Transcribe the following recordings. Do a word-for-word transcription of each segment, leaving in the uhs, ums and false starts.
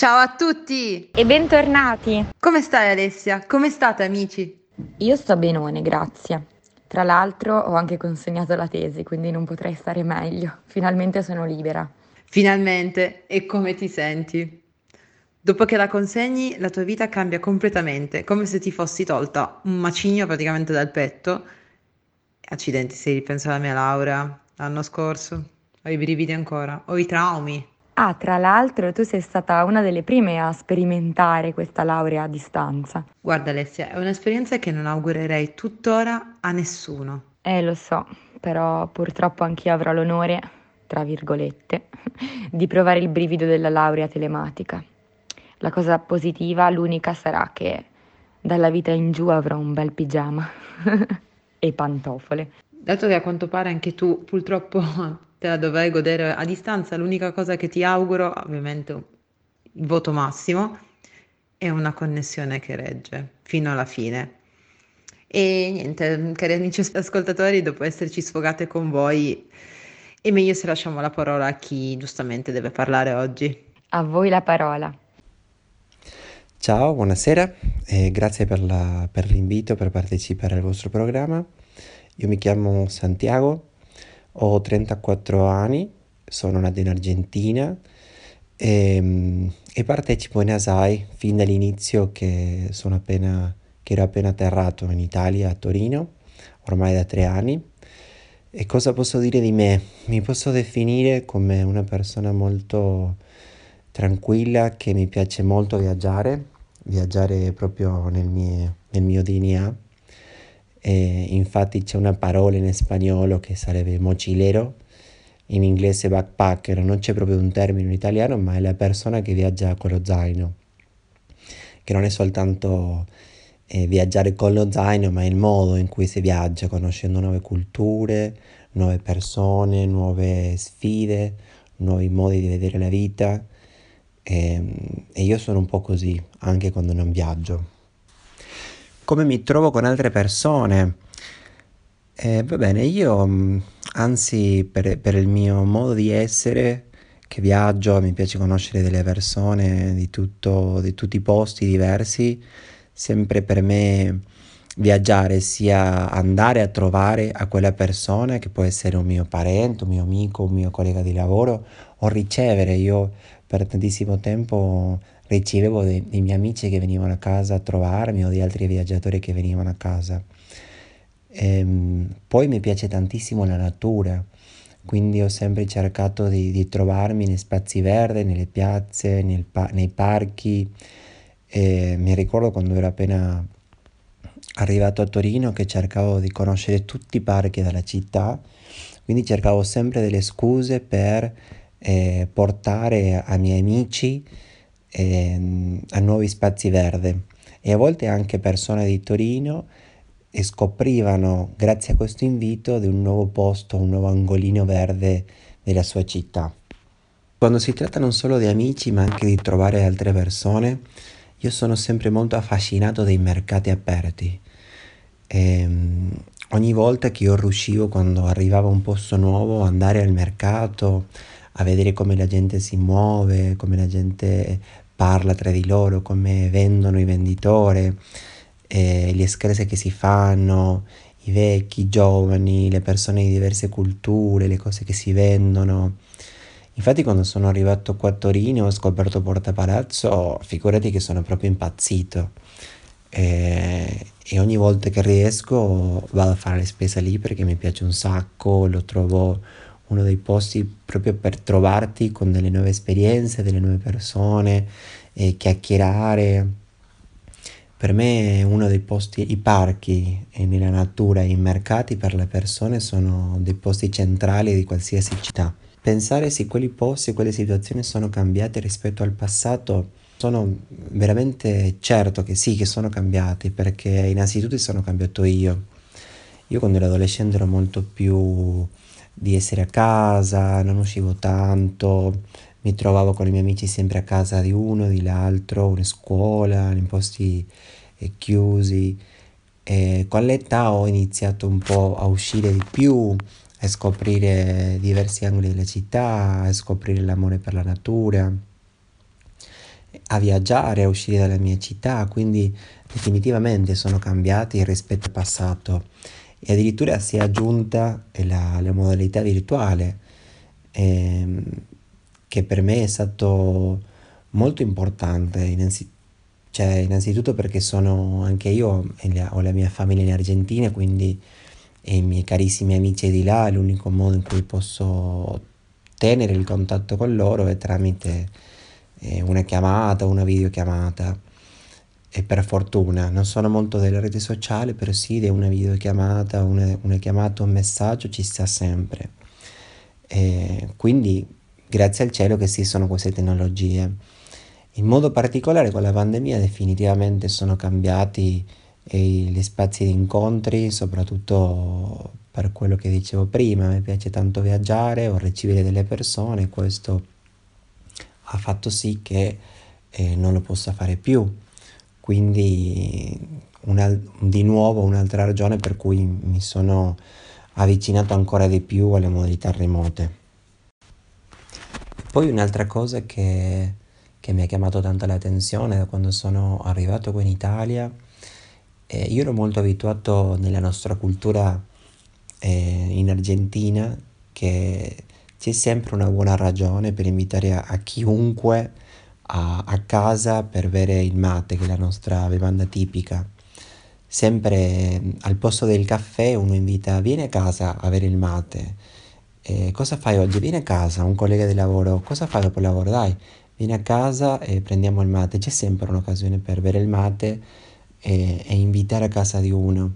Ciao a tutti! E bentornati! Come stai Alessia? Come state amici? Io sto benone, grazie. Tra l'altro ho anche consegnato la tesi, quindi non potrei stare meglio. Finalmente sono libera. Finalmente, e come ti senti? Dopo che la consegni, la tua vita cambia completamente, come se ti fossi tolta un macigno praticamente dal petto. Accidenti, se ripenso alla mia laurea l'anno scorso, ho i brividi ancora, ho i traumi. Ah, tra l'altro tu sei stata una delle prime a sperimentare questa laurea a distanza. Guarda Alessia, è un'esperienza che non augurerei tuttora a nessuno. Eh, lo so, però purtroppo anch'io avrò l'onore, tra virgolette, di provare il brivido della laurea telematica. La cosa positiva, l'unica, sarà che dalla vita in giù avrò un bel pigiama e pantofole. Dato che a quanto pare anche tu purtroppo te la dovrai godere a distanza, l'unica cosa che ti auguro, ovviamente il voto massimo, è una connessione che regge fino alla fine. E niente, cari amici ascoltatori, dopo esserci sfogate con voi, è meglio se lasciamo la parola a chi giustamente deve parlare oggi. A voi la parola. Ciao, buonasera e grazie per la- per l'invito per partecipare al vostro programma. Io mi chiamo Santiago, ho trentaquattro anni, sono nato in Argentina e, e partecipo in Asai fin dall'inizio che, sono appena, che ero appena atterrato in Italia, a Torino, ormai da tre anni. E cosa posso dire di me? Mi posso definire come una persona molto tranquilla, che mi piace molto viaggiare, viaggiare proprio nel mio, nel mio D N A. E infatti c'è una parola in spagnolo che sarebbe mochilero, in inglese backpacker, non c'è proprio un termine in italiano, ma è la persona che viaggia con lo zaino, che non è soltanto eh, viaggiare con lo zaino, ma è il modo in cui si viaggia, conoscendo nuove culture, nuove persone, nuove sfide, nuovi modi di vedere la vita. E, e io sono un po' così, anche quando non viaggio. Come mi trovo con altre persone? Eh, va bene, io mh, anzi per, per il mio modo di essere, che viaggio, mi piace conoscere delle persone di tutto, di tutti i posti diversi, sempre per me viaggiare sia andare a trovare a quella persona che può essere un mio parente, un mio amico, un mio collega di lavoro, o ricevere. Io per tantissimo tempo ricevevo dei, dei miei amici che venivano a casa a trovarmi o di altri viaggiatori che venivano a casa. Ehm, poi mi piace tantissimo la natura, quindi ho sempre cercato di, di trovarmi nei spazi verdi, nelle piazze, nel pa- nei parchi. E mi ricordo quando ero appena arrivato a Torino che cercavo di conoscere tutti i parchi della città, quindi cercavo sempre delle scuse per eh, portare a miei amici ehm, a nuovi spazi verdi, e a volte anche persone di Torino e scoprivano, grazie a questo invito, di un nuovo posto, un nuovo angolino verde della sua città. Quando si tratta non solo di amici, ma anche di trovare altre persone, io sono sempre molto affascinato dai mercati aperti. Ehm, ogni volta che io riuscivo, quando arrivava a un posto nuovo, andare al mercato a vedere come la gente si muove, come la gente parla tra di loro, come vendono i venditori, eh, le screse che si fanno, i vecchi, i giovani, le persone di diverse culture, le cose che si vendono. Infatti quando sono arrivato qua a Torino e ho scoperto Porta Palazzo, figurati che sono proprio impazzito. E, e ogni volta che riesco vado a fare le spese lì perché mi piace un sacco, lo trovo uno dei posti proprio per trovarti con delle nuove esperienze, delle nuove persone, e chiacchierare. Per me uno dei posti, i parchi e nella natura e i mercati per le persone sono dei posti centrali di qualsiasi città. Pensare se quei posti e quelle situazioni sono cambiate rispetto al passato, sono veramente certo che sì, che sono cambiati, perché innanzitutto sono cambiato io. Io quando ero adolescente ero molto più di essere a casa, non uscivo tanto, mi trovavo con i miei amici sempre a casa di uno, di l'altro, in scuola, in posti eh, chiusi. E con l'età ho iniziato un po' a uscire di più, a scoprire diversi angoli della città, a scoprire l'amore per la natura. a viaggiare, a uscire dalla mia città, quindi definitivamente sono cambiati rispetto al passato e addirittura si è aggiunta la, la modalità virtuale, ehm, che per me è stato molto importante, innanzi- cioè, innanzitutto perché sono anche io, e la- ho la mia famiglia in Argentina, quindi e i miei carissimi amici di là, l'unico modo in cui posso tenere il contatto con loro è tramite eh, una chiamata, una videochiamata. E per fortuna non sono molto delle reti sociali, però sì, di una videochiamata, una, una chiamata, un messaggio ci sta sempre. E quindi grazie al cielo che sì, sono queste tecnologie. In modo particolare con la pandemia definitivamente sono cambiati eh, gli spazi di incontri, soprattutto per quello che dicevo prima, mi piace tanto viaggiare o ricevere delle persone, questo ha fatto sì che eh, non lo possa fare più. Quindi una- di nuovo un'altra ragione per cui mi sono avvicinato ancora di più alle modalità remote. Poi un'altra cosa che, che mi ha chiamato tanto l'attenzione da quando sono arrivato qui in Italia, eh, io ero molto abituato nella nostra cultura eh, in Argentina che c'è sempre una buona ragione per invitare a, a chiunque a, a casa per bere il mate, che è la nostra bevanda tipica. Sempre mm, al posto del caffè uno invita, vieni a casa a bere il mate. Eh, cosa fai oggi? Vieni a casa, un collega di lavoro, cosa fai dopo il lavoro? Dai, vieni a casa e prendiamo il mate. C'è sempre un'occasione per bere il mate e, e invitare a casa di uno.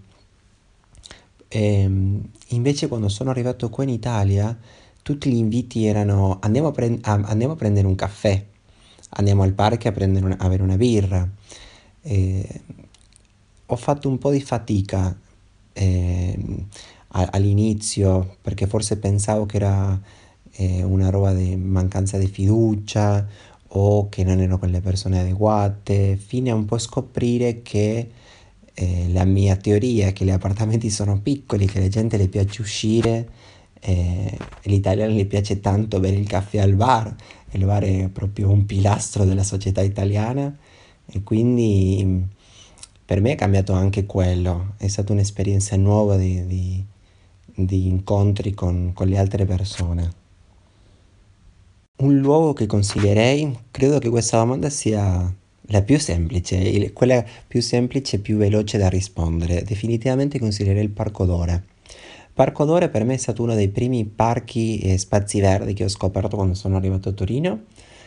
Ehm, invece quando sono arrivato qua in Italia, tutti gli inviti erano andiamo a, pren- a- andiamo a prendere un caffè, andiamo al parco a prendere una, a bere una birra. Eh, Ho fatto un po' di fatica ehm, a- all'inizio perché forse pensavo che era eh, una roba di mancanza di fiducia o che non ero con le persone adeguate, fino a un po' scoprire che eh, la mia teoria è che gli appartamenti sono piccoli, che alla gente le piace uscire, eh, agli italiani le piace tanto bere il caffè al bar, e il bar è proprio un pilastro della società italiana e quindi mh, per me è cambiato anche quello, è stata un'esperienza nuova di, di- di incontri con, con le altre persone. Un luogo che consiglierei, credo che questa domanda sia la più semplice, il- quella più semplice e più veloce da rispondere. Definitivamente consiglierei il Parco Dore. Parco Dore per me è stato uno dei primi parchi e spazi verdi che ho scoperto quando sono arrivato a Torino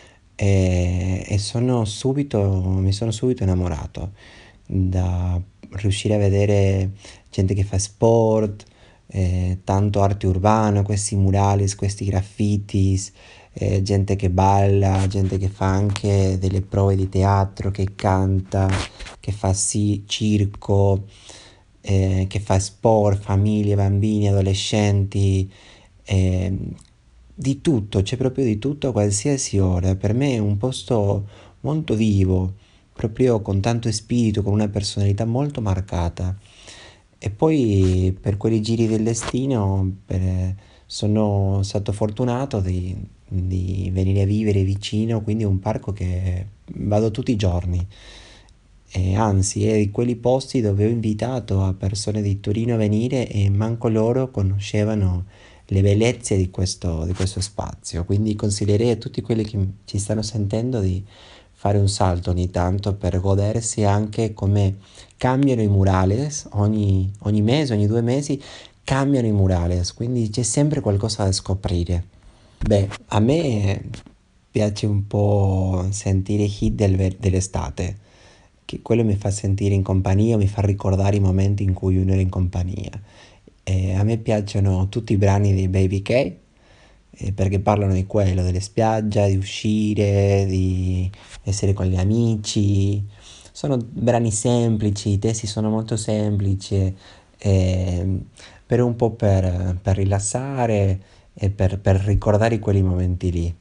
e, e sono subito, mi sono subito innamorato da riuscire a vedere gente che fa sport, eh, tanto arte urbana, questi murales, questi graffitis, eh, gente che balla, gente che fa anche delle prove di teatro, che canta, che fa sì, circo, eh, che fa sport, famiglie, bambini, adolescenti, eh, di tutto, c'è proprio di tutto a qualsiasi ora. Per me è un posto molto vivo, proprio con tanto spirito, con una personalità molto marcata. E poi per quei giri del destino per- sono stato fortunato di, di venire a vivere vicino, quindi è un parco che vado tutti i giorni. E anzi, è di quelli posti dove ho invitato a persone di Torino a venire e manco loro conoscevano le bellezze di questo, di questo spazio. Quindi consiglierei a tutti quelli che ci stanno sentendo di fare un salto ogni tanto per godersi anche come cambiano i murales, ogni, ogni mese, ogni due mesi cambiano i murales, quindi c'è sempre qualcosa da scoprire. Beh, a me piace un po' sentire i hit del ver- dell'estate, che quello mi fa sentire in compagnia, mi fa ricordare i momenti in cui uno era in compagnia. E a me piacciono tutti i brani di Baby K, eh, perché parlano di quello, delle spiagge, di uscire, di essere con gli amici. Sono brani semplici, i testi sono molto semplici, ehm, per un po' per, per rilassare e per, per ricordare quei momenti lì.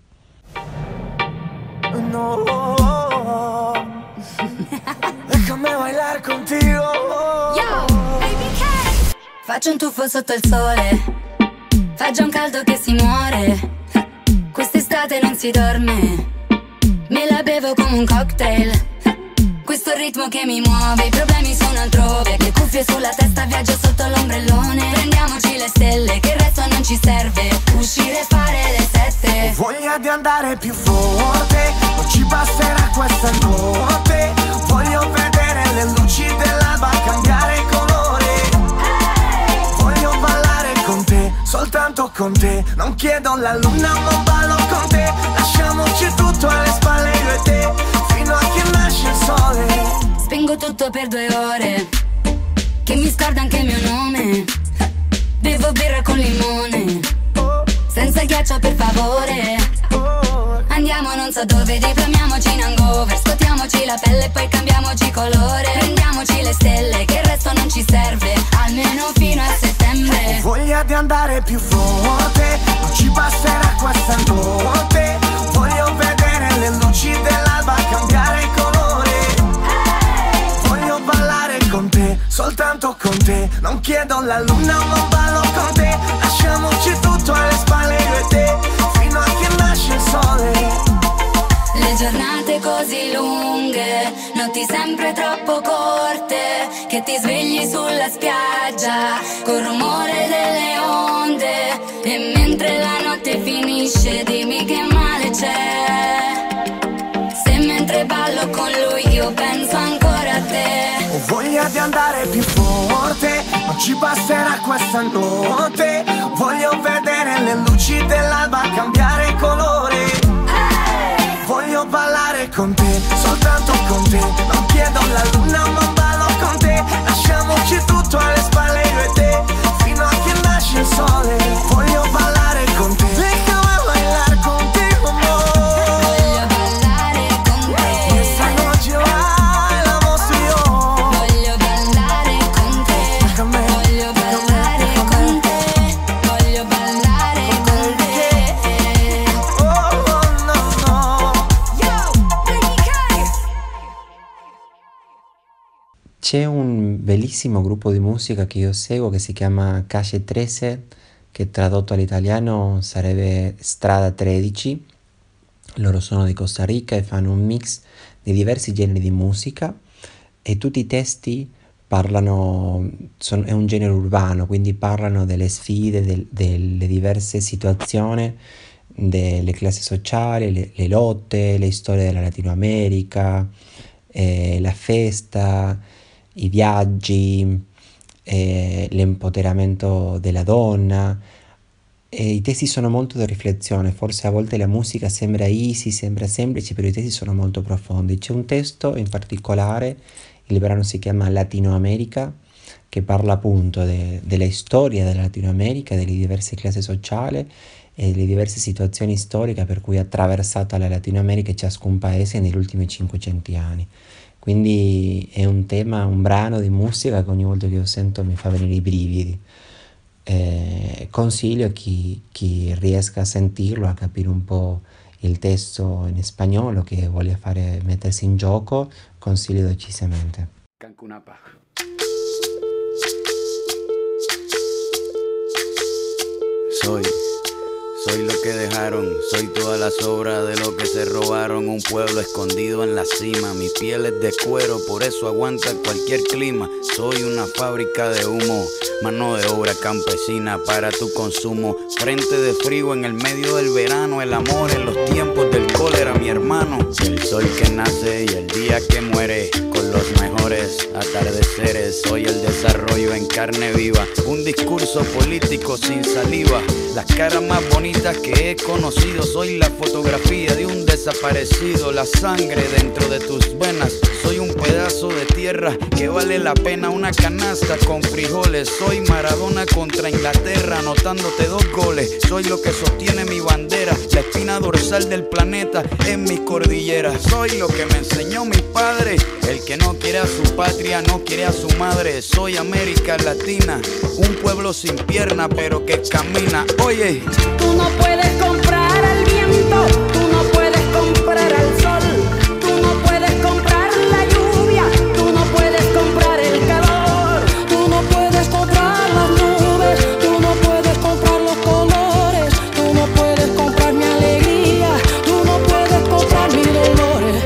No, déjame bailar contigo. Yo, baby K. Faccio un tuffo sotto il sole, fa già un caldo che si muore. Quest'estate non si dorme, me la la bevo come un cocktail. Questo ritmo che mi muove, i problemi sono altrove. Le cuffie sulla testa, viaggio sotto l'ombrellone. Prendiamoci le stelle, che il resto non ci serve. Uscire e fare le sette. Ho voglia di andare più forte, non ci basterà questa notte. Voglio vedere le luci dell'alba cambiare colore. Voglio ballare con te, soltanto con te. Non chiedo la luna ma ballo con te. Lasciamoci tutto alle spalle io e te, fino a che nasce il sole. Spengo tutto per due ore, che mi scorda anche il mio nome. Bevo birra con limone, senza ghiaccio per favore. Andiamo non so dove, diplomiamoci in hangover. Scotiamoci la pelle e poi cambiamoci colore. Prendiamoci le stelle, che il resto non ci serve, almeno fino a settembre. Ho voglia di andare più forte, non ci basterà questa notte. Voglio vedere le luci dell'alba cambiare colore. Voglio ballare con te, soltanto con te. Non chiedo la luna ma ballo con te. Lasciamoci tutto alle spalle io e te, fino a che nasce il sole. Le giornate così lunghe, notti sempre troppo corte, che ti svegli sulla spiaggia col rumore delle onde. E mentre la notte finisce dimmi che male c'è, se mentre ballo con lui io penso ancora a te. Ho voglia di andare più forte, non ci basterà questa notte. Voglio vedere le luci dell'alba cambiare colore. Voglio ballare con te, soltanto con te. Non chiedo la luna ma ballo con te. Lasciamoci tutto alle spalle io e te, fino a che nasce il sole. Voglio ballare con te, déjame bailar contigo, amor. Voglio ballare con te, Esta noche bailamos tú y yo. voglio ballare con te, Déjame, voglio ballare con te, voglio ballare con te. oh, oh, no, no. C'è un bellissimo gruppo di musica che io seguo che si chiama Calle tredici, che tradotto all'italiano sarebbe Strada tredici. Loro sono di Costa Rica e fanno un mix di diversi generi di musica e tutti i testi parlano, sono, è un genere urbano, quindi parlano delle sfide, del- delle diverse situazioni, delle classi sociali, le, le lotte, le storie della Latino America, eh, la festa, i viaggi, eh, l'empoderamento della donna. E i testi sono molto di riflessione, forse a volte la musica sembra easy, sembra semplice, però i testi sono molto profondi. C'è un testo in particolare, il brano si chiama Latino America, che parla appunto de- della storia della Latino America, delle diverse classi sociali e delle diverse situazioni storiche per cui è attraversata la Latino America e ciascun paese negli ultimi cinquecento anni. Quindi è un tema, un brano di musica che ogni volta che lo sento mi fa venire i brividi. Eh, consiglio a chi, chi riesca a sentirlo, a capire un po' il testo in spagnolo, che voglia fare, mettersi in gioco, consiglio decisamente. Cancunapa. Soy, soy lo que dejaron, soy todas las obras de lo que se robaron. Un pueblo escondido en la cima, mi piel es de cuero, por eso aguanta cualquier clima. Soy una fábrica de humo, mano de obra campesina para tu consumo. Frente de frío en el medio del verano, el amor en los tiempos del cólera, mi hermano. El sol que nace y el día que muere, con los mejores atardeceres. Soy el desarrollo en carne viva, un discurso político sin saliva. Las caras más bonitas que he conocido, soy la fotografía de un desaparecido. La sangre dentro de tus venas, soy un pedazo de tierra que vale la pena una canasta con frijoles. Soy Maradona contra Inglaterra, anotándote dos goles. Soy lo que sostiene mi bandera, la espina dorsal del planeta en mis cordilleras. Soy lo que me enseñó mi padre, el que no quiere a su patria, no quiere a su madre. Soy América Latina, un pueblo sin pierna pero que camina. Oye, Tú no puedes comprar al viento, tú no puedes comprar al sol, tú no puedes comprar la lluvia, tú no puedes comprar el calor, tú no puedes comprar las nubes, tú no puedes comprar los colores, tú no puedes comprar mi alegría, tú no puedes comprar mis dolores.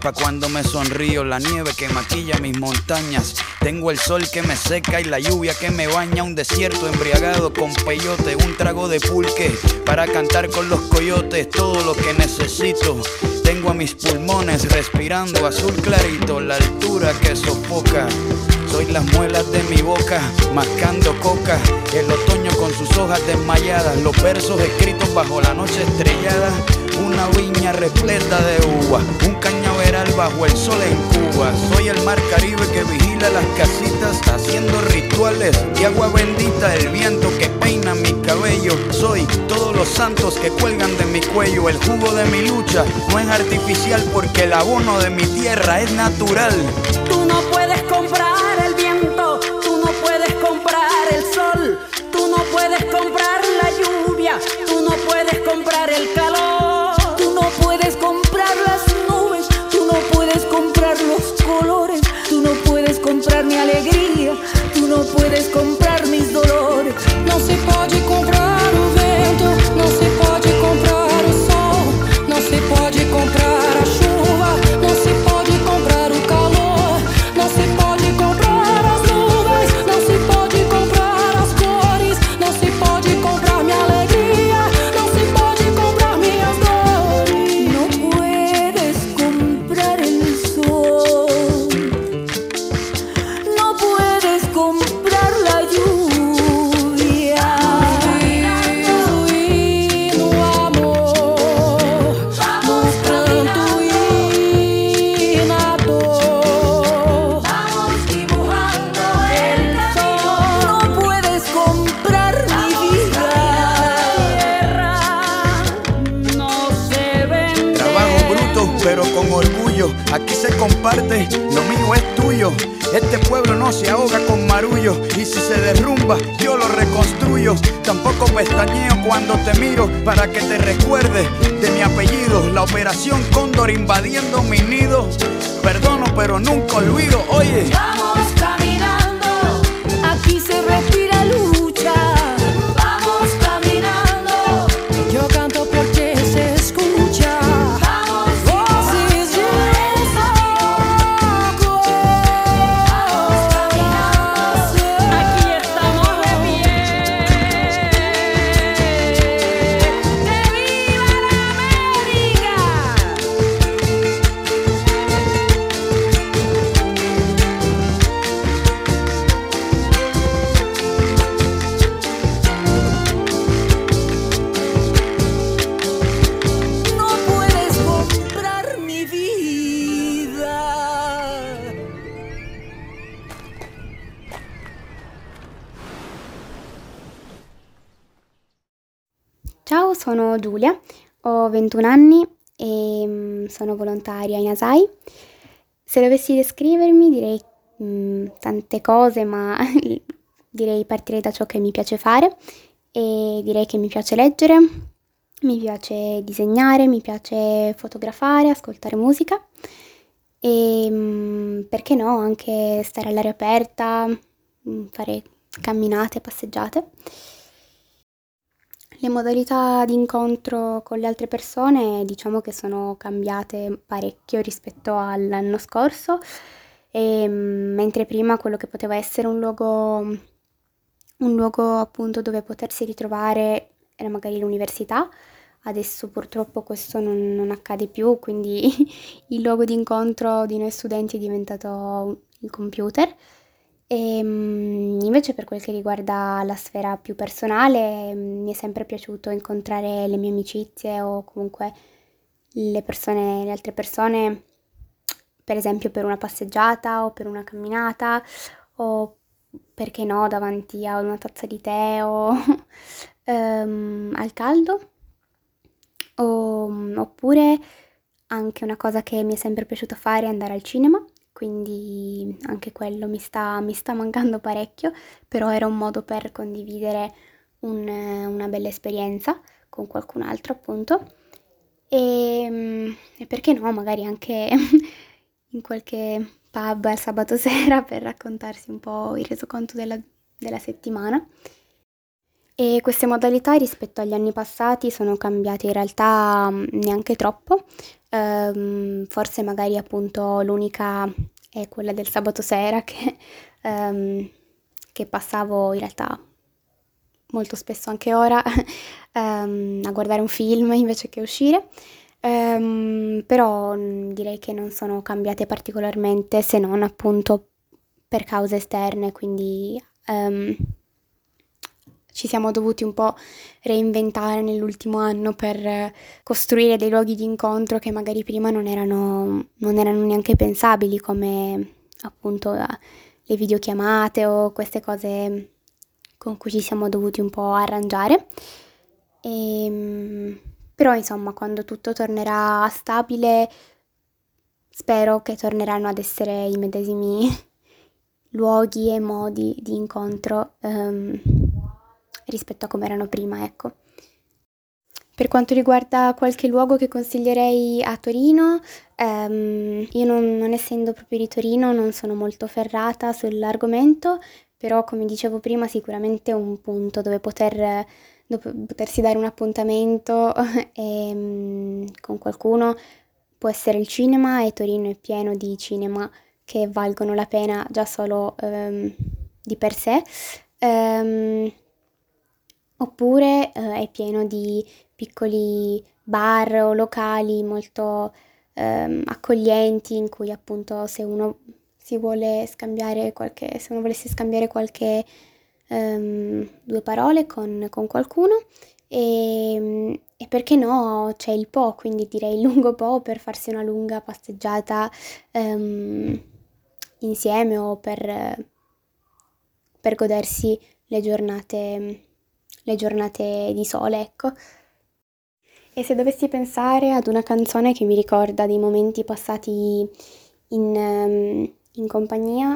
pa' cuando me sonrío, la nieve que maquilla mis montañas. Tengo el sol que me seca y la lluvia que me baña. Un desierto embriagado con peyote, un trago de pulque para cantar con los coyotes. Todo lo que necesito tengo a mis pulmones respirando azul clarito, la altura que sofoca. Soy las muelas de mi boca, mascando coca. El otoño con sus hojas desmayadas, los versos escritos bajo la noche estrellada. Una viña repleta de uvas, un cañaveral bajo el sol en Cuba. Soy el mar Caribe que vigila las casitas, haciendo rituales de agua bendita. El viento que peina mi cabello. Soy todos los santos que cuelgan de mi cuello. El jugo de mi lucha no es artificial, porque el abono de mi tierra es natural. Tú no puedes comprar el viento, tú no puedes comprar el sol, tú no puedes comprar la lluvia, tú no puedes comprar el calor, tú no puedes comprar las nubes, tú no puedes comprar los colores, tú no puedes comprar mi alegría, tú no puedes comprar mis dolores. Não se pode comprar o vento, não se pode comprar o sol, não se pode comprar a chuva, não se pode comprar o calor, não se pode comprar as nuvens, não se pode comprar as cores, não se pode comprar minha alegria, não se pode comprar minhas dores. Não puedes comprar el sol, no puedes comprar la lluvia. Y no amor, nos canto y nado. Vamos dibujando el sol. No puedes comprar mi vida. No se vende. Trabajo bruto, pero con orgullo. Aquí se comparte, lo mío es tuyo. Este pueblo no se ahoga con marullo, y si se derrumba, yo lo reconstruyo. Tampoco pestañeo cuando te miro, para que te recuerdes de mi apellido. La operación Cóndor invadiendo mi nido. Perdono, pero nunca olvido. Oye, Vamos caminando, aquí se respira lucha. Vamos caminando, yo canto porque se escucha. Vamos voces de saco. Vamos caminando, aquí estamos de pie. ¡Que viva la América! No puedes comprar mi vida. Ciao, sono Giulia, ho ventuno anni e mm, sono volontaria in A S A I. Se dovessi descrivermi direi mm, tante cose, ma direi partirei da ciò che mi piace fare e direi che mi piace leggere, mi piace disegnare, mi piace fotografare, ascoltare musica e mm, perché no, anche stare all'aria aperta, mm, fare camminate, passeggiate. Le modalità di incontro con le altre persone diciamo che sono cambiate parecchio rispetto all'anno scorso, e, mm, mentre prima quello che poteva essere un luogo, un luogo appunto dove potersi ritrovare era magari l'università, adesso purtroppo questo non, non accade più, quindi il luogo di incontro di noi studenti è diventato il computer. E mm, invece per quel che riguarda la sfera più personale, mm, mi è sempre piaciuto incontrare le mie amicizie o comunque le persone, le altre persone, per esempio per una passeggiata o per una camminata o perché no davanti a una tazza di tè o ehm, al caldo. O, oppure anche una cosa che mi è sempre piaciuto fare è andare al cinema, quindi anche quello mi sta, mi sta mancando parecchio, però era un modo per condividere un- una bella esperienza con qualcun altro, appunto. E, mm, e perché no, magari anche in qualche pub al sabato sera per raccontarsi un po' il resoconto della, della settimana. E queste modalità rispetto agli anni passati sono cambiate in realtà mm, neanche troppo. Ehm, forse magari appunto l'unica è quella del sabato sera che, ehm, che passavo in realtà molto spesso anche ora ehm, a guardare un film invece che uscire. Ehm, però mm, direi che non sono cambiate particolarmente, se non appunto per cause esterne, quindi ehm, ci siamo dovuti un po' reinventare nell'ultimo anno per eh, costruire dei luoghi di incontro che magari prima non erano, non erano neanche pensabili, come appunto eh, le videochiamate o queste cose con cui ci siamo dovuti un po' arrangiare. E, però insomma, quando tutto tornerà stabile, spero che torneranno ad essere i medesimi luoghi e modi di incontro ehm, rispetto a come erano prima, ecco. Per quanto riguarda qualche luogo che consiglierei a Torino, ehm, io non, non essendo proprio di Torino non sono molto ferrata sull'argomento, però come dicevo prima sicuramente un punto dove poter, dove potersi dare un appuntamento e, con qualcuno può essere il cinema, e Torino è pieno di cinema che valgono la pena già solo ehm, di per sé. Ehm, oppure eh, è pieno di piccoli bar o locali molto ehm, accoglienti, in cui appunto se uno si vuole scambiare qualche, se uno volesse scambiare qualche ehm, due parole con, con qualcuno, e, e perché no c'è il Po, quindi direi il lungo Po, per farsi una lunga passeggiata ehm, insieme, o per, per godersi le giornate, le giornate di sole, ecco. E se dovessi pensare ad una canzone che mi ricorda dei momenti passati in, um, in compagnia,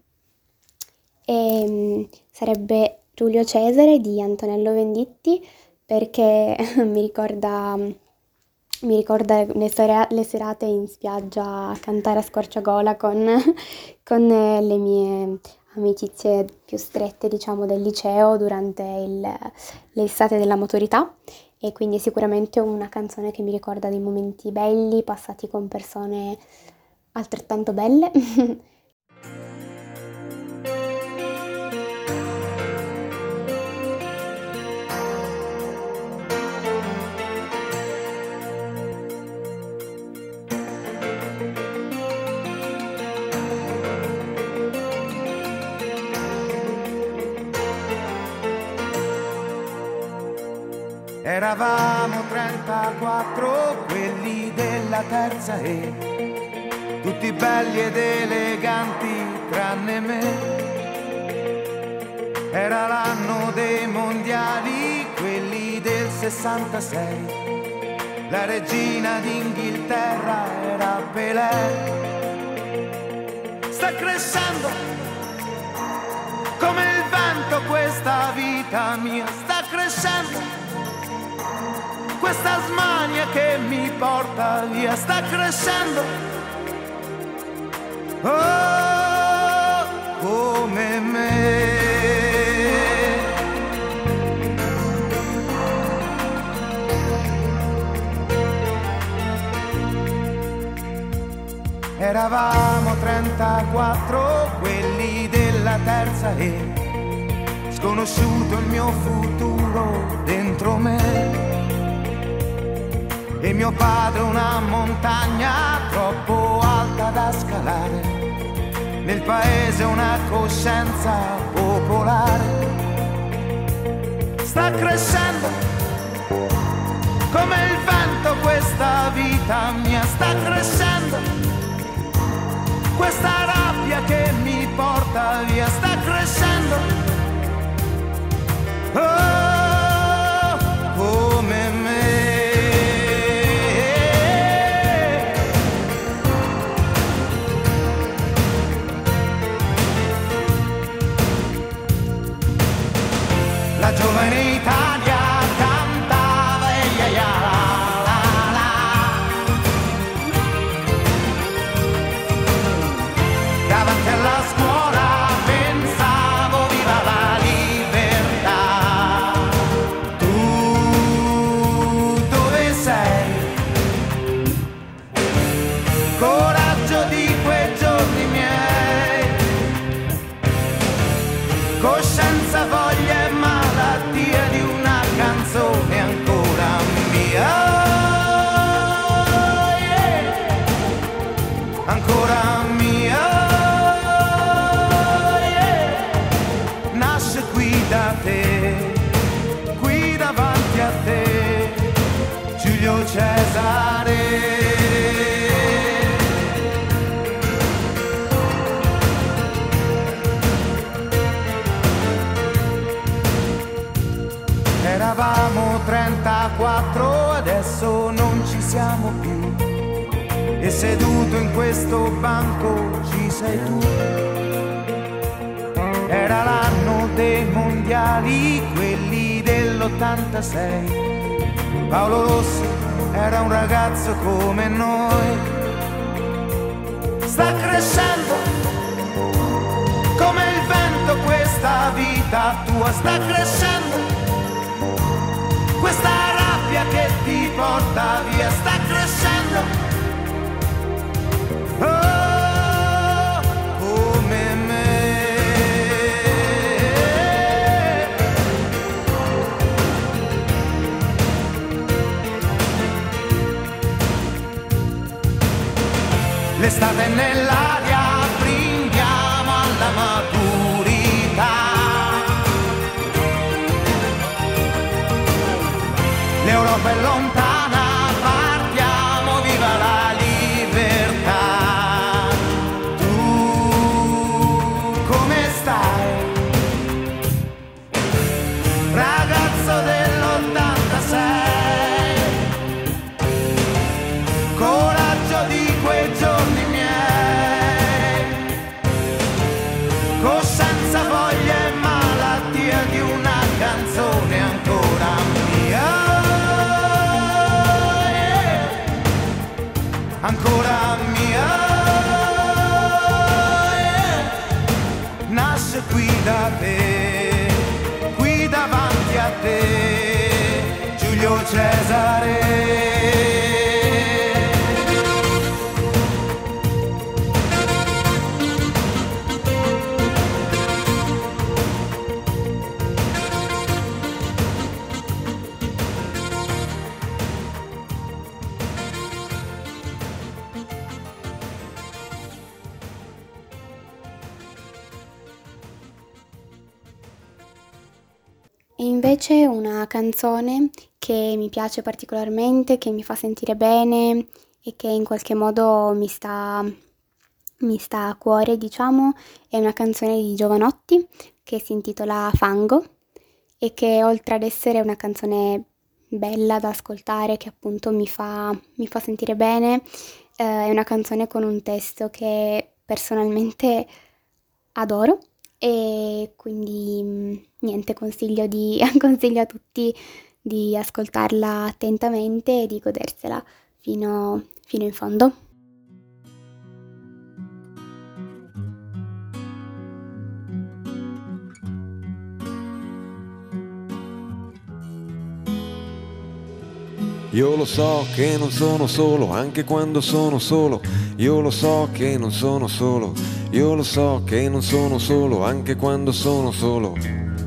e, sarebbe Giulio Cesare di Antonello Venditti, perché mi ricorda, mi ricorda le, sera- le serate in spiaggia a cantare a squarciagola con, con le mie amicizie più strette, diciamo, del liceo durante il, l'estate della maturità. E quindi è sicuramente una canzone che mi ricorda dei momenti belli passati con persone altrettanto belle. Eravamo trentaquattro, quelli della terza E, tutti belli ed eleganti tranne me. Era l'anno dei mondiali, quelli del sessantasei. La regina d'Inghilterra era Pelé. Sta crescendo come il vento questa vita mia, sta crescendo questa smania che mi porta via, sta crescendo, oh, come me. Eravamo trentaquattro, quelli della terza E, sconosciuto il mio futuro dentro me. E mio padre una montagna troppo alta da scalare, nel paese una coscienza popolare. Sta crescendo come il vento questa vita mia, sta crescendo questa rabbia che mi porta via, sta crescendo, oh, come me. La giovane Italia cantava e ya ya la la la. Davanti alla scuola pensavo viva la libertà. te, qui davanti a te, Giulio Cesare. Eravamo trentaquattro, adesso non ci siamo più, e seduto in questo banco ci sei tu. Era l'anno dei mondiali, quelli dell'ottantasei. Paolo Rossi era un ragazzo come noi. Sta crescendo come il vento questa vita tua, sta crescendo questa rabbia che ti porta via, sta crescendo. Oh, come me. L'estate è nell'aria, brindiamo alla maturità. L'Europa è lontana, partiamo, viva la libertà. Tu come stai? Ragazzo dell'ottantasei, coraggio di quei giorni miei, coscienza, voglia e malattia di una canzone ancora mia. Ancora mia, yeah. Nasce qui da te, qui davanti a te, Giulio Cesare. E invece una canzone che mi piace particolarmente, che mi fa sentire bene e che in qualche modo mi sta, mi sta a cuore, diciamo, è una canzone di Jovanotti che si intitola Fango e che oltre ad essere una canzone bella da ascoltare, che appunto mi fa, mi fa sentire bene, eh, è una canzone con un testo che personalmente adoro. E quindi niente, consiglio, di, consiglio a tutti di ascoltarla attentamente e di godersela fino, fino in fondo. Io lo so che non sono solo, anche quando sono solo. Io lo so che non sono solo. Io lo so che non sono solo, anche quando sono solo.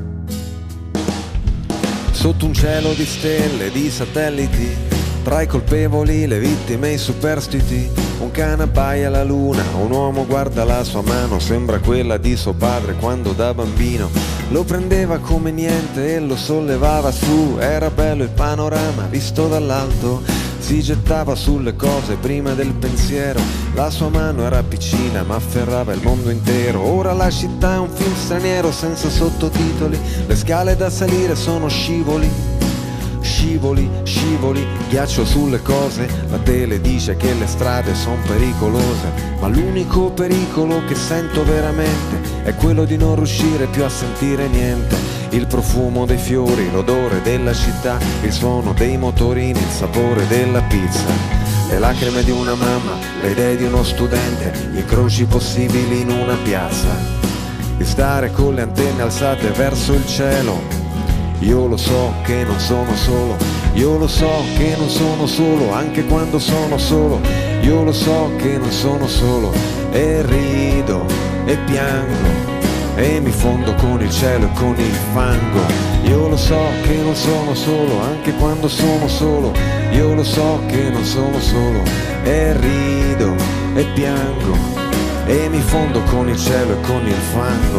Sotto un cielo di stelle, di satelliti, tra i colpevoli, le vittime e i superstiti. Un cane abbaia alla luna, un uomo guarda la sua mano, sembra quella di suo padre quando da bambino lo prendeva come niente e lo sollevava su. Era bello il panorama visto dall'alto, si gettava sulle cose prima del pensiero. La sua mano era piccina ma afferrava il mondo intero. Ora la città è un film straniero senza sottotitoli, le scale da salire sono scivoli, scivoli, scivoli, ghiaccio sulle cose. La tele dice che le strade sono pericolose, ma l'unico pericolo che sento veramente è quello di non riuscire più a sentire niente. Il profumo dei fiori, l'odore della città, il suono dei motorini, il sapore della pizza, le lacrime di una mamma, le idee di uno studente, gli incroci possibili in una piazza, di stare con le antenne alzate verso il cielo. Io lo so che non sono solo, io lo so che non sono solo, anche quando sono solo. Io lo so che non sono solo, e rido e piango e mi fondo con il cielo e con il fango. Io lo so che non sono solo, anche quando sono solo. Io lo so che non sono solo, e rido e piango e mi fondo con il cielo e con il fango.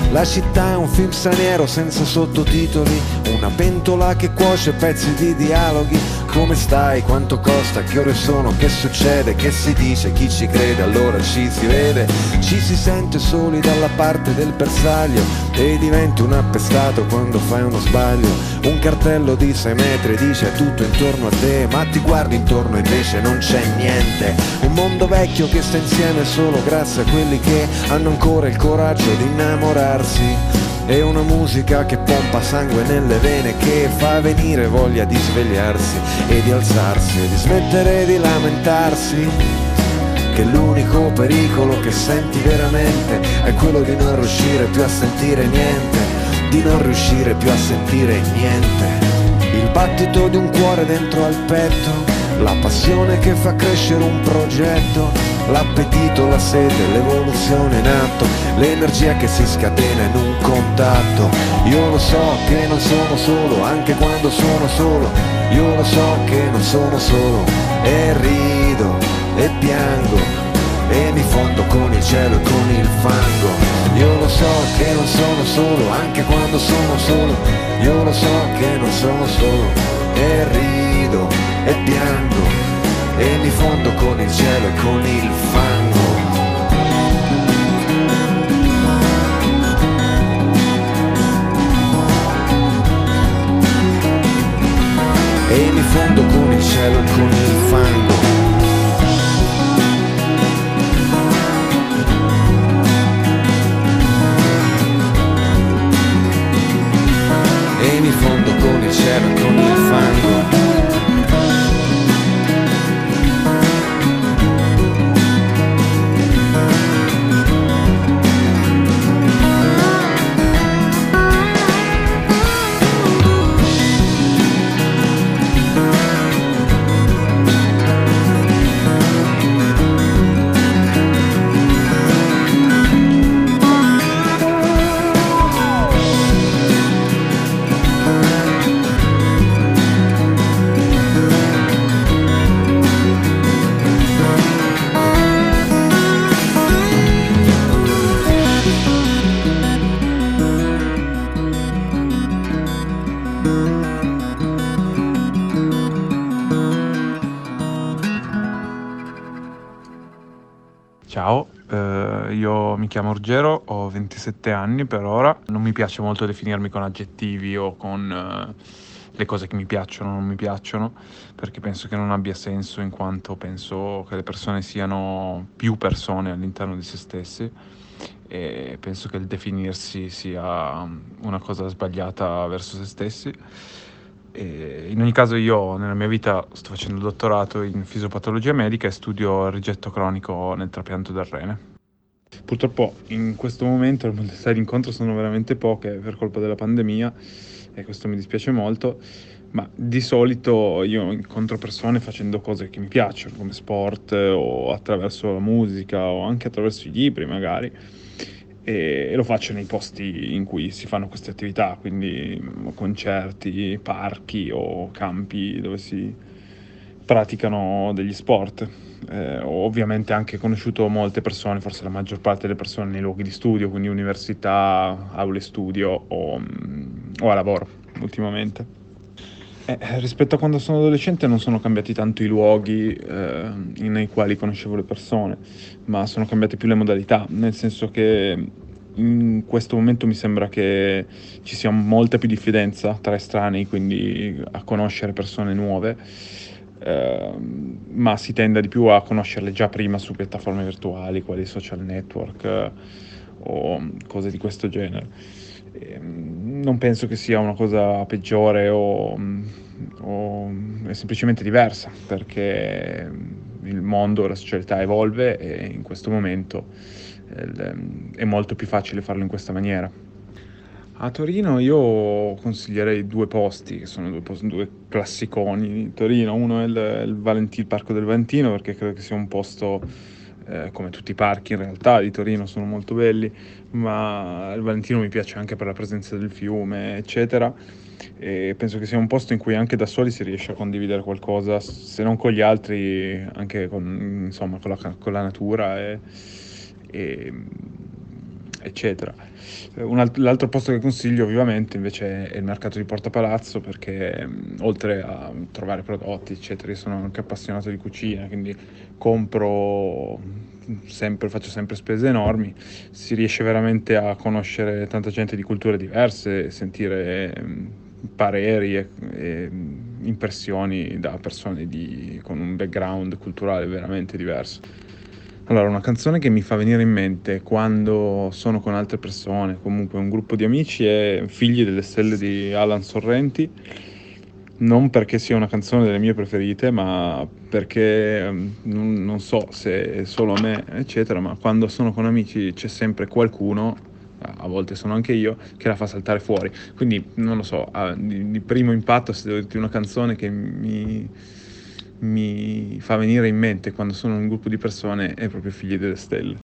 La città è un film straniero senza sottotitoli, una pentola che cuoce pezzi di dialoghi. Come stai? Quanto costa? Che ore sono? Che succede? Che si dice? Chi ci crede? Allora ci si vede. Ci si sente soli dalla parte del bersaglio e diventi un appestato quando fai uno sbaglio. Un cartello di sei metri dice tutto intorno a te, ma ti guardi intorno e invece non c'è niente. Un mondo vecchio che sta insieme solo grazie a quelli che hanno ancora il coraggio di innamorarsi. E una musica che pompa sangue nelle vene, che fa venire voglia di svegliarsi e di alzarsi e di smettere di lamentarsi. Che l'unico pericolo che senti veramente è quello di non riuscire più a sentire niente, di non riuscire più a sentire niente. Il battito di un cuore dentro al petto, la passione che fa crescere un progetto, l'appetito, la sete, l'evoluzione in atto, l'energia che si scatena in un contatto. Io lo so che non sono solo, anche quando sono solo. Io lo so che non sono solo, e rido e piango e mi fondo con il cielo e con il fango. Io lo so che non sono solo, anche quando sono solo. Io lo so che non sono solo, e rido e piango e mi fondo con il cielo e con il fango. E mi fondo con il cielo e con il fango. E mi fondo con il cielo e con il fango. Ciao, eh, io mi chiamo Ruggero, ho ventisette anni per ora. Non mi piace molto definirmi con aggettivi o con eh, le cose che mi piacciono o non mi piacciono, perché penso che non abbia senso, in quanto penso che le persone siano più persone all'interno di se stessi, e penso che il definirsi sia una cosa sbagliata verso se stessi. E in ogni caso io nella mia vita sto facendo il dottorato in fisiopatologia medica e studio il rigetto cronico nel trapianto del rene. Purtroppo in questo momento le modalità di incontro sono veramente poche per colpa della pandemia e questo mi dispiace molto, ma di solito io incontro persone facendo cose che mi piacciono, come sport o attraverso la musica o anche attraverso i libri magari, e lo faccio nei posti in cui si fanno queste attività, quindi concerti, parchi o campi dove si praticano degli sport. Eh, ho ovviamente anche conosciuto molte persone, forse la maggior parte delle persone nei luoghi di studio, quindi università, aule studio o, o a lavoro ultimamente. Eh, rispetto a quando sono adolescente non sono cambiati tanto i luoghi eh, nei quali conoscevo le persone, ma sono cambiate più le modalità, nel senso che in questo momento mi sembra che ci sia molta più diffidenza tra estranei, quindi a conoscere persone nuove, eh, ma si tende di più a conoscerle già prima su piattaforme virtuali, quali social network eh, o cose di questo genere. Non penso che sia una cosa peggiore o, o è semplicemente diversa, perché il mondo, la società evolve e in questo momento è molto più facile farlo in questa maniera. A Torino io consiglierei due posti, che sono due, posti, due classiconi di Torino. Uno è il, il, Valentino, il Parco del Valentino, perché credo che sia un posto, eh, come tutti i parchi in realtà di Torino sono molto belli, ma il Valentino mi piace anche per la presenza del fiume, eccetera, e penso che sia un posto in cui anche da soli si riesce a condividere qualcosa, se non con gli altri, anche con, insomma, con, la, con la natura e, e, eccetera. Un alt- l'altro posto che consiglio vivamente invece è il mercato di Porta Palazzo, perché mh, oltre a trovare prodotti eccetera, io sono anche appassionato di cucina, quindi compro sempre, faccio sempre spese enormi, si riesce veramente a conoscere tanta gente di culture diverse, sentire mh, pareri e, e impressioni da persone di, con un background culturale veramente diverso. Allora, una canzone che mi fa venire in mente quando sono con altre persone, comunque un gruppo di amici, è Figli delle stelle di Alan Sorrenti, non perché sia una canzone delle mie preferite, ma perché um, non, non so se è solo a me, eccetera, ma quando sono con amici c'è sempre qualcuno, a volte sono anche io, che la fa saltare fuori. Quindi, non lo so, uh, di, di primo impatto, se devo dirti una canzone che mi... mi fa venire in mente quando sono in un gruppo di persone è proprio Figli delle stelle.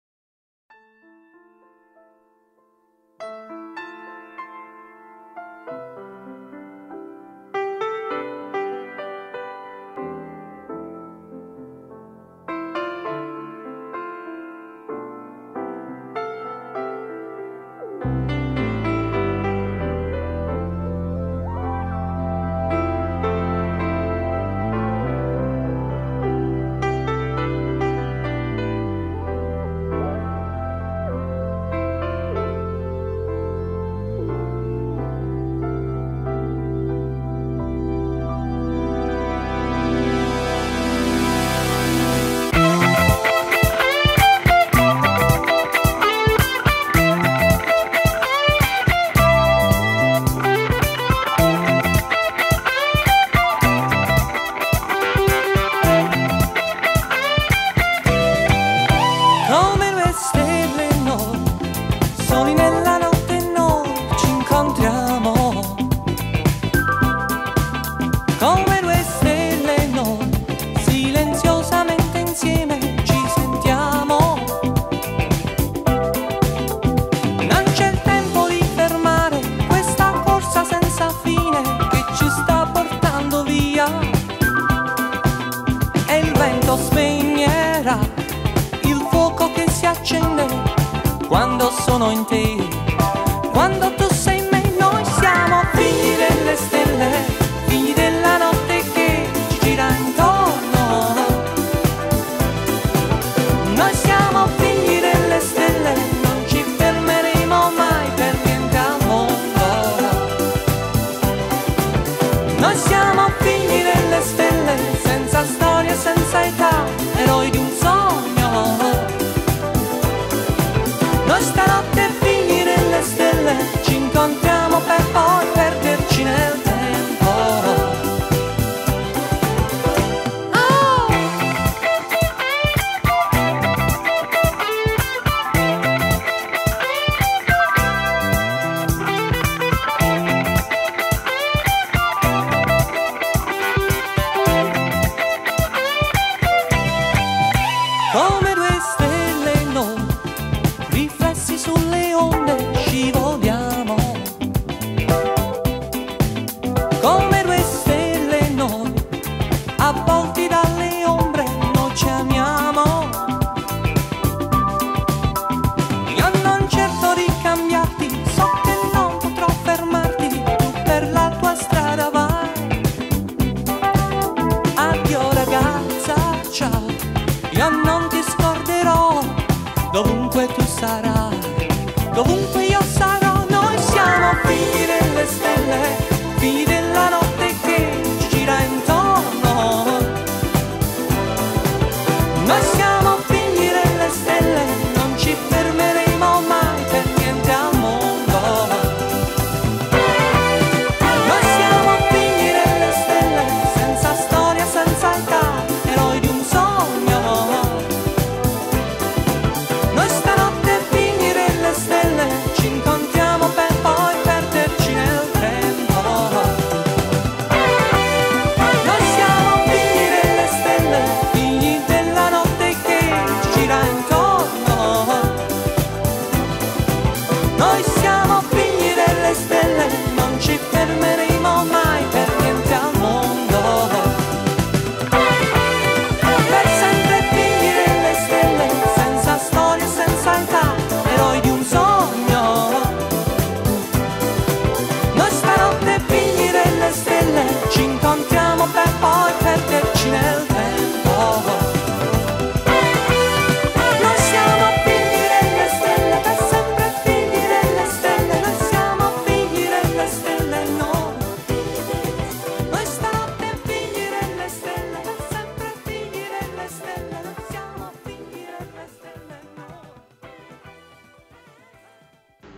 Quando sono in te, quando tu sei in me, noi siamo figli delle stelle, figli della notte che ci gira intorno. Noi siamo figli delle stelle, non ci fermeremo mai per niente al mondo. Noi siamo figli delle stelle, senza storia, senza età, eroi di un sogno. Noi stanotte figli delle stelle ci incontriamo per poi perderci nel tempo. Oh! Come due stelle noi, riflessi sulle onde scivoliamo. Come due stelle noi, avvolti dalle ombre noi ci amiamo. Io non cerco di cambiarti, so che non potrò fermarti, tu per la tua strada vai. Addio ragazza, ciao, io non ti scorderò, dovunque tu sarai, dovunque io sarò. Noi siamo figli delle stelle, figli della notte che ci gira intorno. Noi siamo figli delle stelle, non ci fermeremo mai per niente al mondo. Noi siamo figli delle stelle, senza storia, senza età, eroi di un sogno. Noi stanotte figli delle stelle ci incontriamo per poi perderci nel tempo.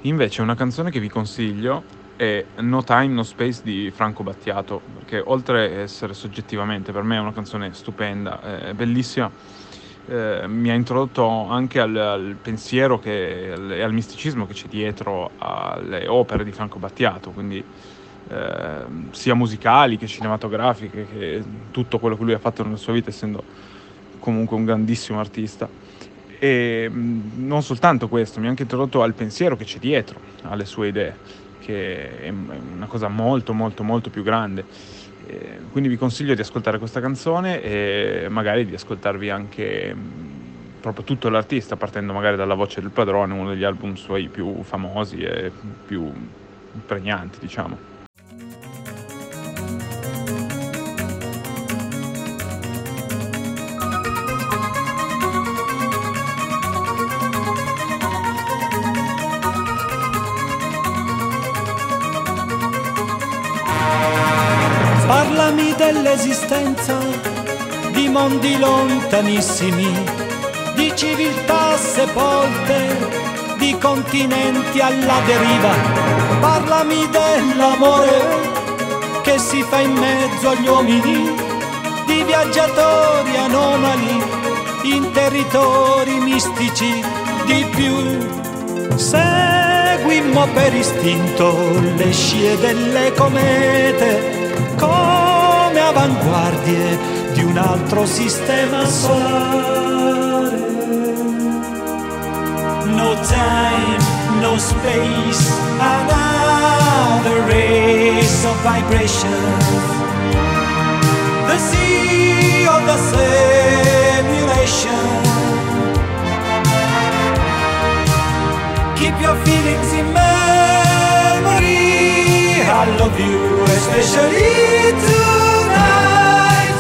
Invece una canzone che vi consiglio è No Time, No Space di Franco Battiato, perché oltre a essere soggettivamente per me è una canzone stupenda, è bellissima, eh, mi ha introdotto anche al, al pensiero che, e al misticismo che c'è dietro alle opere di Franco Battiato, quindi eh, sia musicali che cinematografiche, che tutto quello che lui ha fatto nella sua vita, essendo comunque un grandissimo artista. E mh, non soltanto questo, mi ha anche introdotto al pensiero che c'è dietro alle sue idee, che è una cosa molto molto molto più grande. E quindi vi consiglio di ascoltare questa canzone e magari di ascoltarvi anche mh, proprio tutto l'artista, partendo magari dalla Voce del Padrone, uno degli album suoi più famosi e più pregnanti, diciamo. Parlami dell'esistenza di mondi lontanissimi, di civiltà sepolte, di continenti alla deriva. Parlami dell'amore che si fa in mezzo agli uomini, di viaggiatori anomali in territori mistici. Di più, seguimmo per istinto le scie delle comete come avanguardie di un altro sistema solare. No time, no space, another race of vibrations. The sea of the simulation. Keep your feelings in memory. I love you, especially tonight.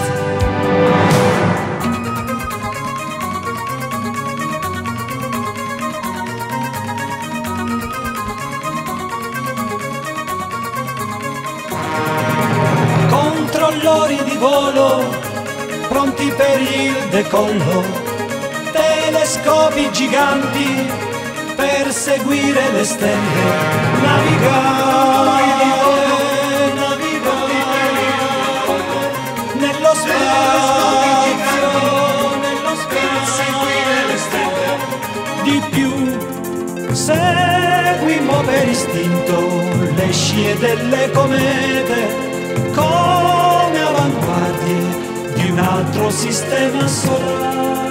Controllori di volo, pronti per il decollo. Telescopi giganti per seguire le stelle. Navigare, nello spazio, nello spazio, seguire le stelle. Di più, seguimmo per istinto le scie delle comete come avanguardie di un altro sistema solare.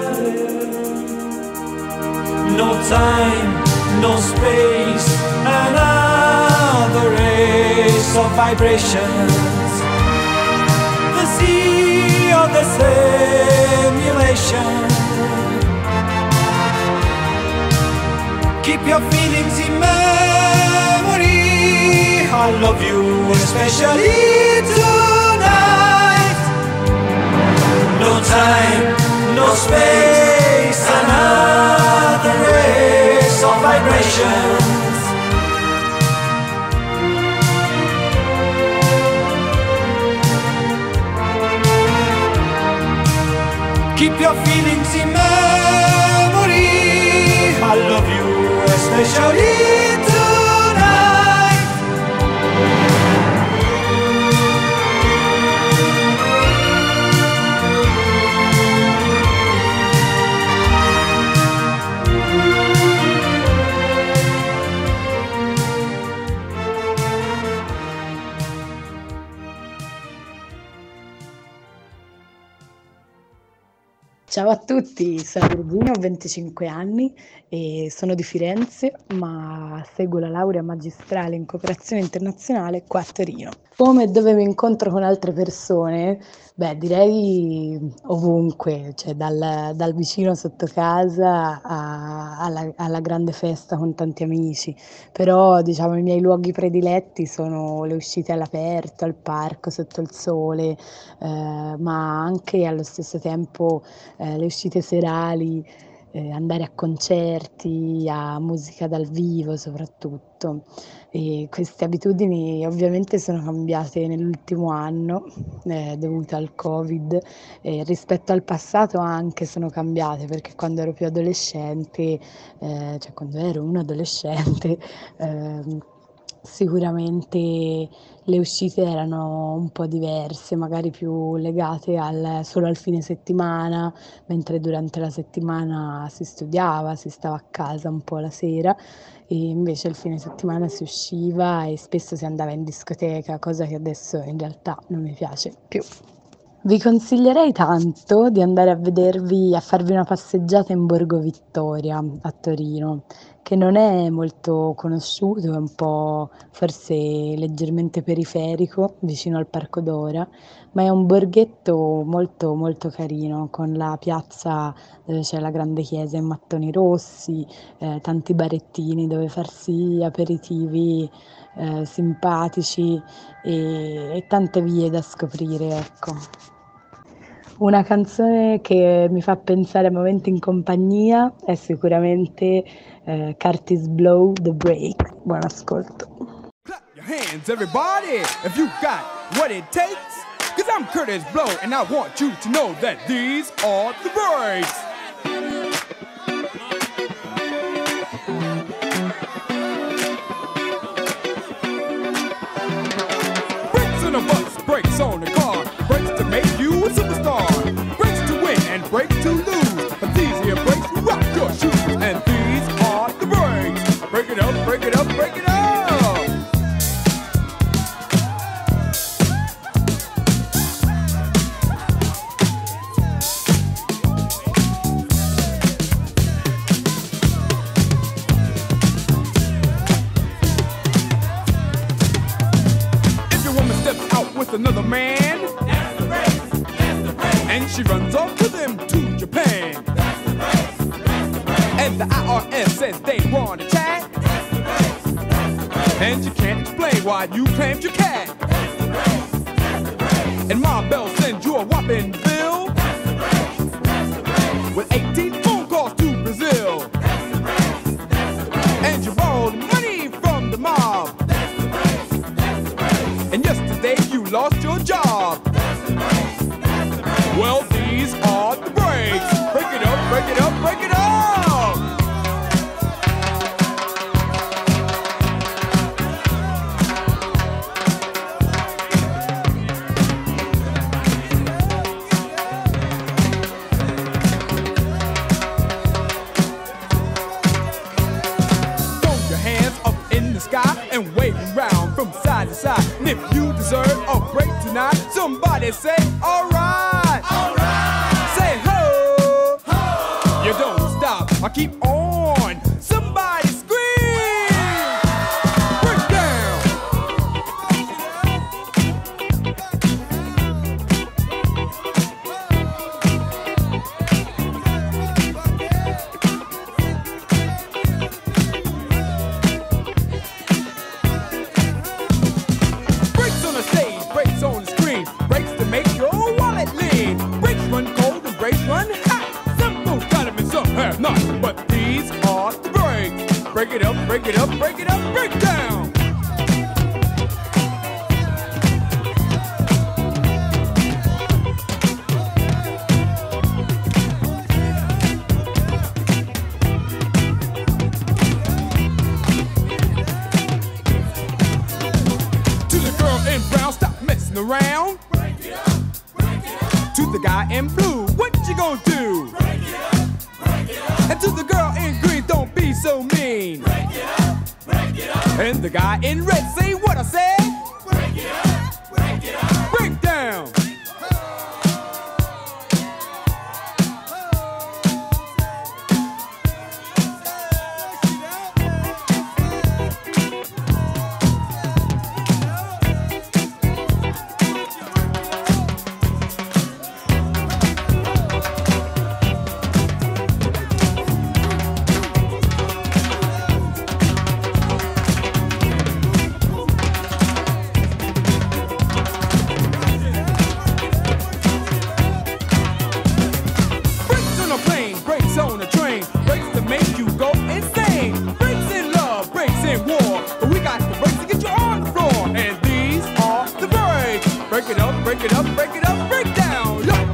No time, no space, another race of vibrations. The sea of the simulation. Keep your feelings in memory. I love you, especially tonight. No time, no space, another race of vibrations. Keep your feelings in memory. I love you, especially tonight. Ciao a tutti, sono Virginia, ho venticinque anni e sono di Firenze, ma seguo la laurea magistrale in cooperazione internazionale qua a Torino. Come e dove mi incontro con altre persone? Beh, direi ovunque, cioè dal, dal vicino sotto casa a- alla, alla grande festa con tanti amici, però diciamo i miei luoghi prediletti sono le uscite all'aperto, al parco, sotto il sole, eh, ma anche allo stesso tempo eh, le uscite serali eh, andare a concerti, a musica dal vivo soprattutto. E queste abitudini ovviamente sono cambiate nell'ultimo anno eh, dovute al Covid, e rispetto al passato anche sono cambiate, perché quando ero più adolescente, eh, cioè quando ero un adolescente, eh, sicuramente le uscite erano un po' diverse, magari più legate al, solo al fine settimana, mentre durante la settimana si studiava, si stava a casa un po' la sera, e invece il fine settimana si usciva e spesso si andava in discoteca, cosa che adesso in realtà non mi piace più. Vi consiglierei tanto di andare a vedervi, a farvi una passeggiata in Borgo Vittoria a Torino, che non è molto conosciuto, è un po' forse leggermente periferico, vicino al Parco Dora, ma è un borghetto molto molto carino, con la piazza dove c'è la grande chiesa in mattoni rossi, eh, tanti barettini dove farsi aperitivi eh, simpatici e, e tante vie da scoprire, ecco. Una canzone che mi fa pensare a momenti in compagnia è sicuramente eh, Curtis Blow, The Break. Buon ascolto. Clap your hands, everybody, if you got what it takes. Cause I'm Curtis Blow, and I want you to know that these are the breaks. Brakes on a bus, brakes on a car, brakes to make you a superstar, brakes to win and brakes to lose. But these here brakes rock your shoes, and these are the breaks. Break it up, break it up, break it up. Another man, that's the race, that's the race. And she runs off with him to Japan, that's the race, that's the race. And the I R S says they want to chat, that's the race, that's the race. And you can't explain why you claimed your cat, that's the race, that's the race. And Ma Bell sends you a whopping bill, that's the race, that's the race. With eighteen phone calls to Brazil, that's the race, that's the race. And you borrowed money from the mob, that's the race, that's the race. And yesterday you lost your job. That's the breaks. That's the breaks. Well, these are the breaks. Break it up, break it up, break it up. Throw your hands up in the sky and wave around from side to side. And if you deserve a break tonight, somebody say, alright, alright. Say ho, ho. You don't stop, I keep on. Somebody scream, break down. Breaks on the stage, breaks on the screen, breaks to make your wallet lean. Breaks run cold and breaks run hot. Some folks got them and some have not, but these are the breaks. Break it up, break it up, break it up, break down. To the girl in brown, stop messing around. Break it up, break it up. To the guy in blue, what you gonna do? Break it up, break it up. And to the girl in green, don't be so mean. Break it up, break it up. And the guy in red, say what I said. Break it up, break it up. Break down. in war. But we got the breaks to get you on the floor. And these are the breaks. Break it up, break it up, break it up, break down. Yo.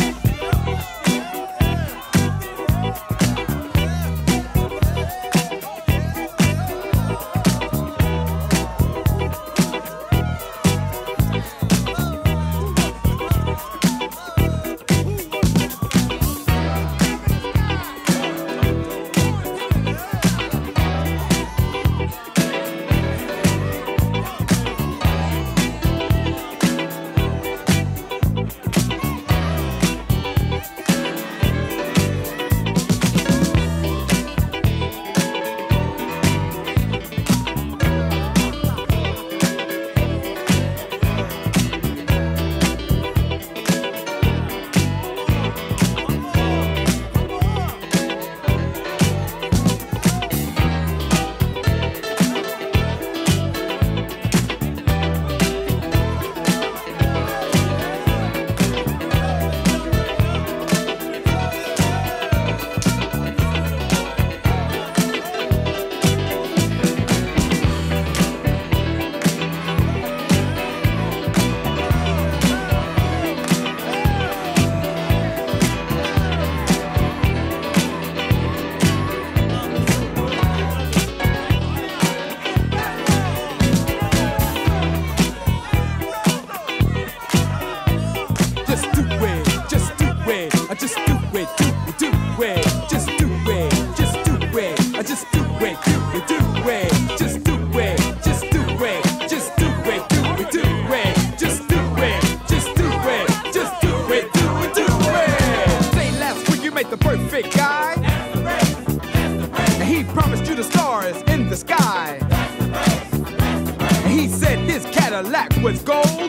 Was gold,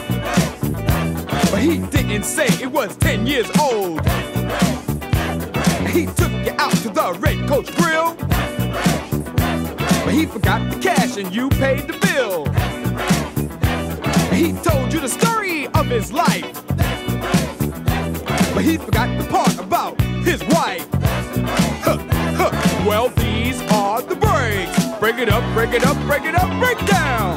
but he didn't say it was ten years old. He took you out to the Red Coach Grill, but he forgot the cash and you paid the bill. He told you the story of his life, but he forgot the part about his wife. Huh, huh. Well, these are the breaks. Break it up, break it up, break it up, break down.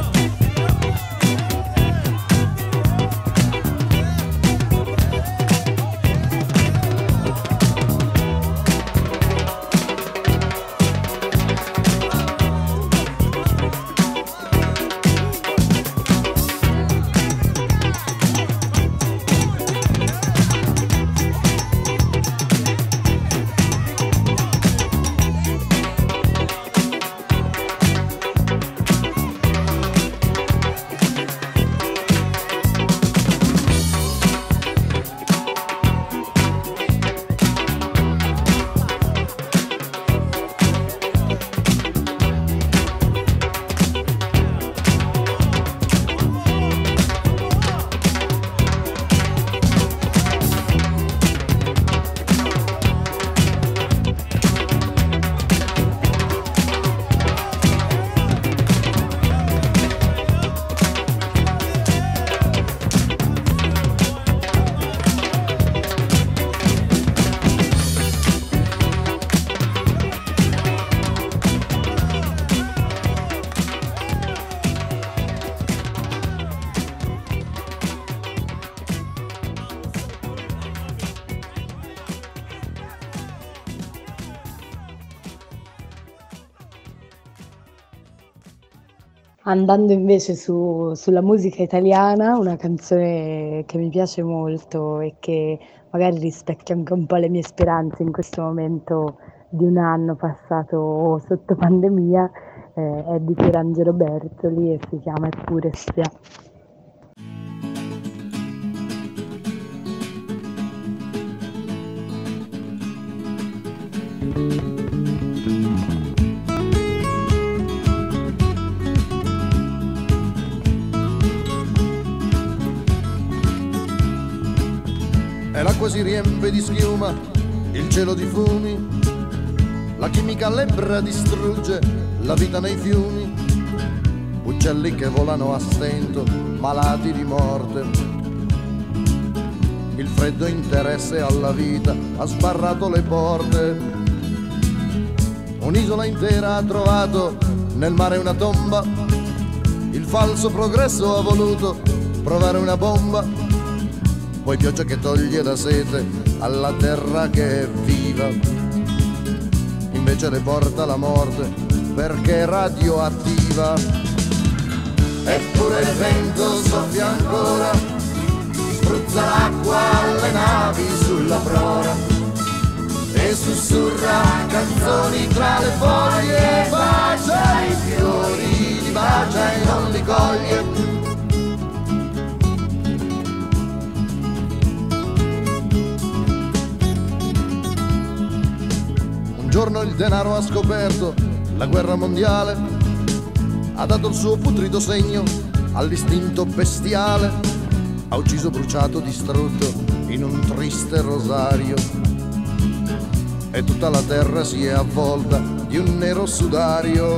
Andando invece su, sulla musica italiana, una canzone che mi piace molto e che magari rispecchia anche un po' le mie speranze in questo momento di un anno passato sotto pandemia, eh, è di Pierangelo Bertoli e si chiama Eppure sia. E l'acqua si riempie di schiuma, il cielo di fumi, la chimica a lebbra distrugge la vita nei fiumi, uccelli che volano a stento, malati di morte. Il freddo interesse alla vita ha sbarrato le porte, un'isola intera ha trovato nel mare una tomba, il falso progresso ha voluto provare una bomba, poi pioggia che toglie la sete alla terra che è viva, invece le porta la morte perché è radioattiva. Eppure il vento soffia ancora, spruzza l'acqua alle navi sulla prora e sussurra canzoni tra le foglie, bacia i fiori, li bacia e non li coglie. Un giorno il denaro ha scoperto la guerra mondiale, ha dato il suo putrido segno all'istinto bestiale, ha ucciso, bruciato, distrutto in un triste rosario, e tutta la terra si è avvolta di un nero sudario.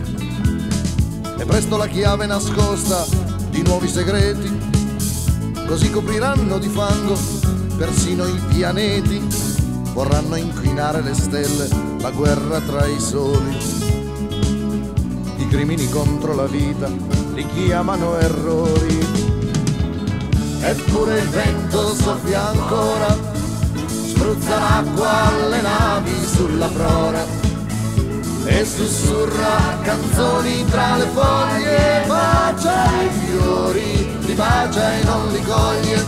E presto la chiave nascosta di nuovi segreti, così copriranno di fango persino i pianeti, vorranno inquinare le stelle, la guerra tra i soli. I crimini contro la vita li chiamano errori. Eppure il vento soffia ancora, spruzza l'acqua alle navi sulla prora e sussurra canzoni tra le foglie, bacia i fiori, li bacia e non li coglie.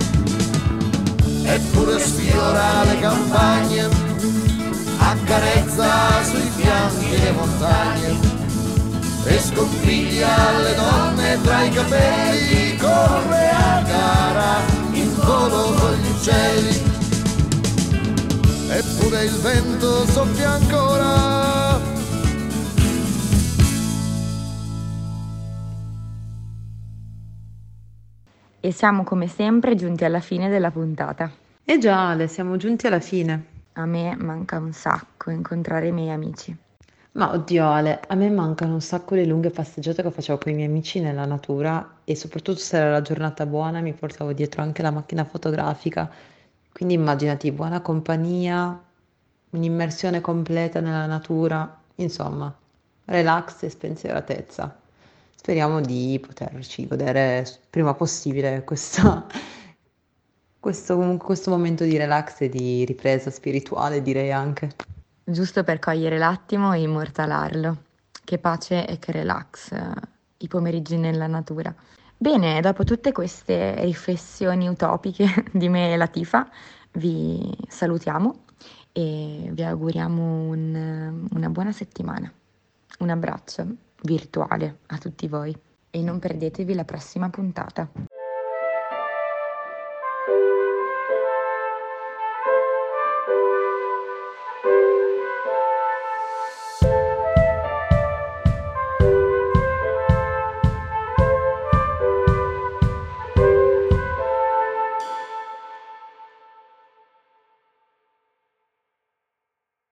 Eppure sfiora le campagne, accarezza sui fianchi le montagne e sconfiglia le donne tra i capelli, corre a gara in volo con gli uccelli. Eppure il vento soffia ancora. E siamo come sempre giunti alla fine della puntata. E già Ale, siamo giunti alla fine. A me manca un sacco incontrare i miei amici. Ma oddio Ale, a me mancano un sacco le lunghe passeggiate che facevo con i miei amici nella natura, e soprattutto se era la giornata buona mi portavo dietro anche la macchina fotografica. Quindi immaginati, buona compagnia, un'immersione completa nella natura, insomma, relax e spensieratezza. Speriamo di poterci godere prima possibile questa, questo, questo momento di relax e di ripresa spirituale, direi anche. Giusto per cogliere l'attimo e immortalarlo. Che pace e che relax, i pomeriggi nella natura. Bene, dopo tutte queste riflessioni utopiche di me e Latifa, vi salutiamo e vi auguriamo un, una buona settimana. Un abbraccio virtuale a tutti voi e non perdetevi la prossima puntata.